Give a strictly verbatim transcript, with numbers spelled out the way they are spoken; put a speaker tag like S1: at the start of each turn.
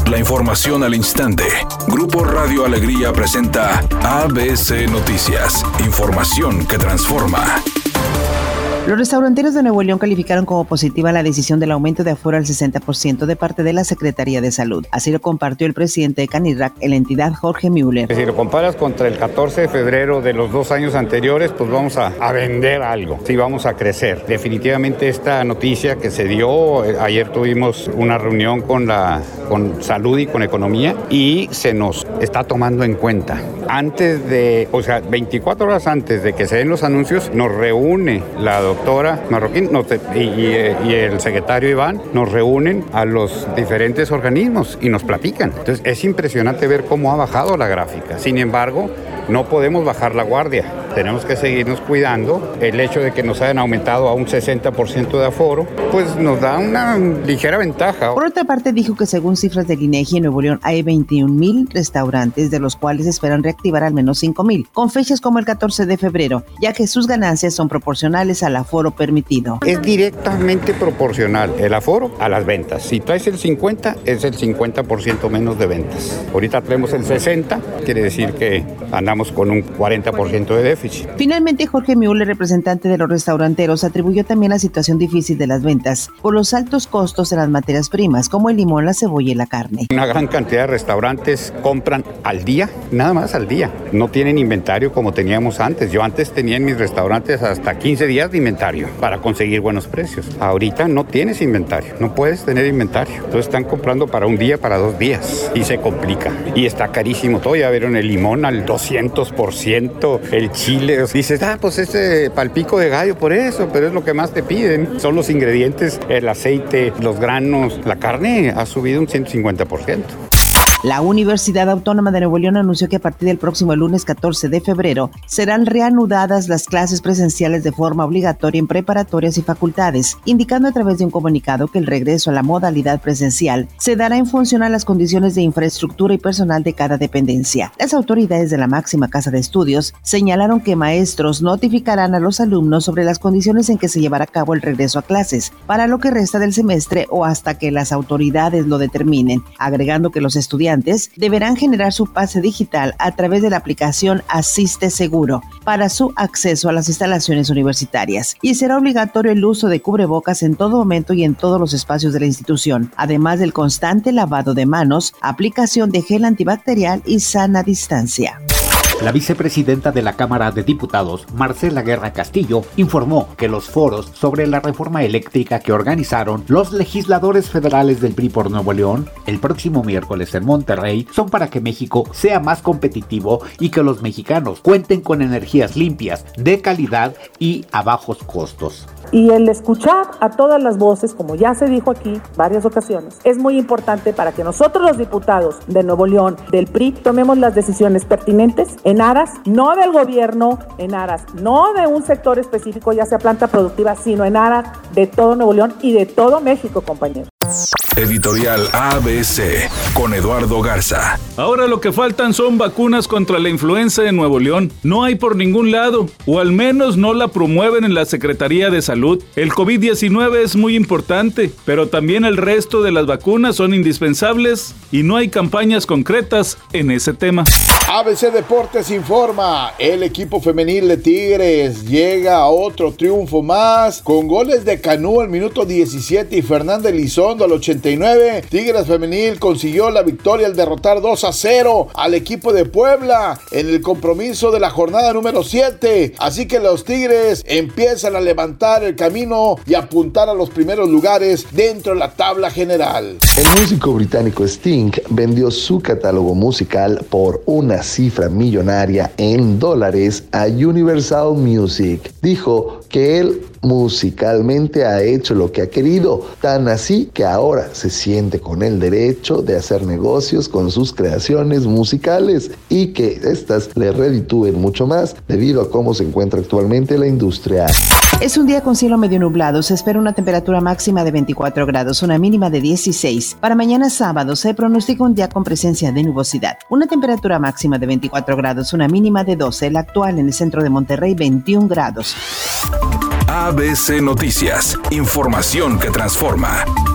S1: La información al instante. Grupo Radio Alegría presenta A B C Noticias. Información que transforma.
S2: Los restauranteros de Nuevo León calificaron como positiva la decisión del aumento de aforo al sesenta por ciento de parte de la Secretaría de Salud. Así lo compartió el presidente de Canirac en la entidad, Jorge Müller.
S3: Si lo comparas contra el catorce de febrero de los dos años anteriores, pues vamos a, a vender algo, sí vamos a crecer. Definitivamente esta noticia que se dio, ayer tuvimos una reunión con, la, con Salud y con Economía y se nos está tomando en cuenta. Antes de, o sea, veinticuatro horas antes de que se den los anuncios, nos reúne la doctora doctora Marroquín nos, y, y, y el secretario Iván nos reúnen a los diferentes organismos y nos platican. Entonces es impresionante ver cómo ha bajado la gráfica. Sin embargo, no podemos bajar la guardia. Tenemos que seguirnos cuidando. El hecho de que nos hayan aumentado a un sesenta por ciento de aforo, pues nos da una ligera ventaja.
S2: Por otra parte, dijo que según cifras del INEGI, en Nuevo León hay veintiún mil restaurantes, de los cuales esperan reactivar al menos cinco mil, con fechas como el catorce de febrero, ya que sus ganancias son proporcionales al aforo permitido.
S3: Es directamente proporcional el aforo a las ventas. Si traes el cincuenta, es el cincuenta por ciento menos de ventas. Ahorita tenemos el sesenta, quiere decir que andamos con un cuarenta por ciento de déficit.
S2: Finalmente, Jorge Müller, representante de los restauranteros, atribuyó también la situación difícil de las ventas por los altos costos en las materias primas, como el limón, la cebolla y la carne.
S3: Una gran cantidad de restaurantes compran al día, nada más al día. No tienen inventario como teníamos antes. Yo antes tenía en mis restaurantes hasta quince días de inventario para conseguir buenos precios. Ahorita no tienes inventario, no puedes tener inventario. Entonces están comprando para un día, para dos días y se complica. Y está carísimo todo. Ya vieron el limón al doscientos por ciento, el chile. Dices, ah, pues este palpico de gallo por eso, pero es lo que más te piden. Son los ingredientes, el aceite, los granos, la carne ha subido un ciento cincuenta por ciento.
S2: La Universidad Autónoma de Nuevo León anunció que a partir del próximo lunes catorce de febrero serán reanudadas las clases presenciales de forma obligatoria en preparatorias y facultades, indicando a través de un comunicado que el regreso a la modalidad presencial se dará en función a las condiciones de infraestructura y personal de cada dependencia. Las autoridades de la máxima casa de estudios señalaron que maestros notificarán a los alumnos sobre las condiciones en que se llevará a cabo el regreso a clases para lo que resta del semestre o hasta que las autoridades lo determinen, agregando que los estudiantes deberán generar su pase digital a través de la aplicación Asiste Seguro para su acceso a las instalaciones universitarias, y será obligatorio el uso de cubrebocas en todo momento y en todos los espacios de la institución, además del constante lavado de manos, aplicación de gel antibacterial y sana distancia.
S4: La vicepresidenta de la Cámara de Diputados, Marcela Guerra Castillo, informó que los foros sobre la reforma eléctrica que organizaron los legisladores federales del P R I por Nuevo León el próximo miércoles en Monterrey son para que México sea más competitivo y que los mexicanos cuenten con energías limpias, de calidad y a bajos costos.
S5: Y el escuchar a todas las voces, como ya se dijo aquí varias ocasiones, es muy importante para que nosotros los diputados de Nuevo León, del P R I, tomemos las decisiones pertinentes en aras, no del gobierno, en aras, no de un sector específico, ya sea planta productiva, sino en aras de todo Nuevo León y de todo México, compañeros.
S1: Editorial A B C con Eduardo Garza.
S6: Ahora lo que faltan son vacunas contra la influenza en Nuevo León. No hay por ningún lado, o al menos no la promueven en la Secretaría de Salud. El covid diecinueve es muy importante, pero también el resto de las vacunas son indispensables y no hay campañas concretas en ese tema.
S7: A B C Deportes informa, el equipo femenil de Tigres llega a otro triunfo más, con goles de Canú al minuto diecisiete y Fernanda Elizondo al ochenta y nueve. Tigres femenil consiguió la victoria al derrotar dos a cero al equipo de Puebla en el compromiso de la jornada número siete, así que los Tigres empiezan a levantar el camino y apuntar a los primeros lugares dentro de la tabla general.
S8: El músico británico Sting vendió su catálogo musical por una cifra millonaria en dólares a Universal Music. Dijo que él musicalmente ha hecho lo que ha querido, tan así que ahora se siente con el derecho de hacer negocios con sus creaciones musicales y que éstas le reditúen mucho más debido a cómo se encuentra actualmente la industria.
S2: Es un día con cielo medio nublado, se espera una temperatura máxima de veinticuatro grados, una mínima de dieciséis. Para mañana sábado se pronostica un día con presencia de nubosidad, una temperatura máxima de veinticuatro grados, una mínima de doce, la actual en el centro de Monterrey veintiún grados.
S1: A B C Noticias, información que transforma.